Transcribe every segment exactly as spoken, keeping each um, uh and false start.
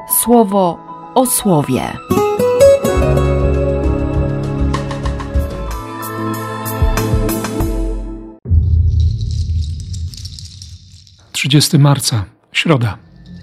Słowo o słowie. trzydziestego marca, środa.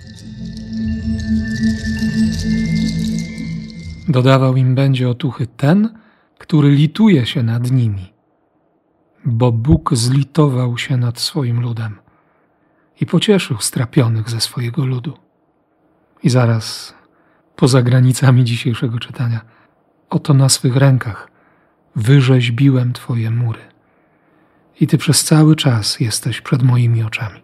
Dodawał im będzie otuchy ten, który lituje się nad nimi, bo Bóg zlitował się nad swoim ludem i pocieszył strapionych ze swojego ludu. I zaraz, poza granicami dzisiejszego czytania, oto na swych rękach wyrzeźbiłem Twoje mury i Ty przez cały czas jesteś przed moimi oczami.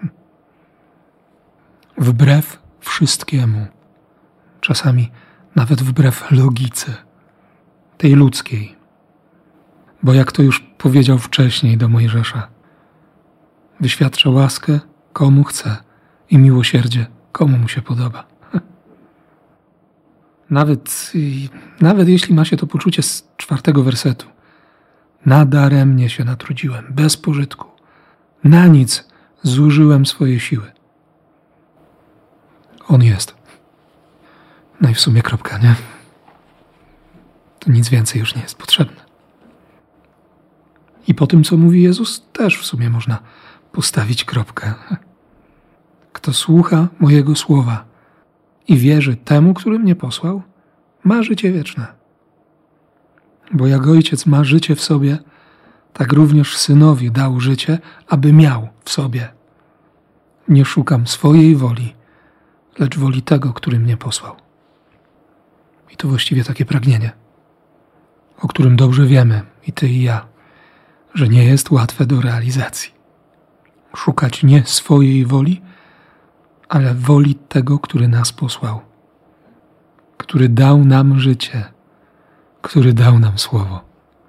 Wbrew wszystkiemu, czasami nawet wbrew logice, tej ludzkiej, bo jak to już powiedział wcześniej do Mojżesza, wyświadcza łaskę komu chce i miłosierdzie komu mu się podoba. Nawet, nawet jeśli ma się to poczucie z czwartego wersetu. Nadaremnie się natrudziłem, bez pożytku. Na nic zużyłem swoje siły. On jest. No i w sumie kropka, nie? To nic więcej już nie jest potrzebne. I po tym, co mówi Jezus, też w sumie można postawić kropkę. Kto słucha mojego słowa i wierzy temu, który mnie posłał, ma życie wieczne. Bo jak Ojciec ma życie w sobie, tak również Synowi dał życie, aby miał w sobie. Nie szukam swojej woli, lecz woli tego, który mnie posłał. I to właściwie takie pragnienie, o którym dobrze wiemy, i ty i ja, że nie jest łatwe do realizacji. Szukać nie swojej woli, ale woli tego, który nas posłał, który dał nam życie, który dał nam słowo.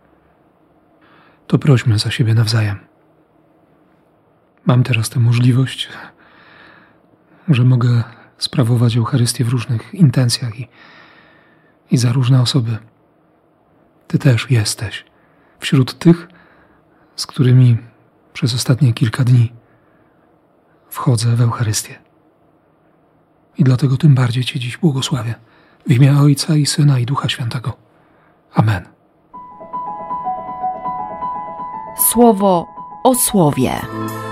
To prośmy za siebie nawzajem. Mam teraz tę możliwość, że mogę sprawować Eucharystię w różnych intencjach i, i za różne osoby. Ty też jesteś wśród tych, z którymi przez ostatnie kilka dni wchodzę w Eucharystię. I dlatego tym bardziej Cię dziś błogosławię. W imię Ojca i Syna i Ducha Świętego. Amen. Słowo o słowie.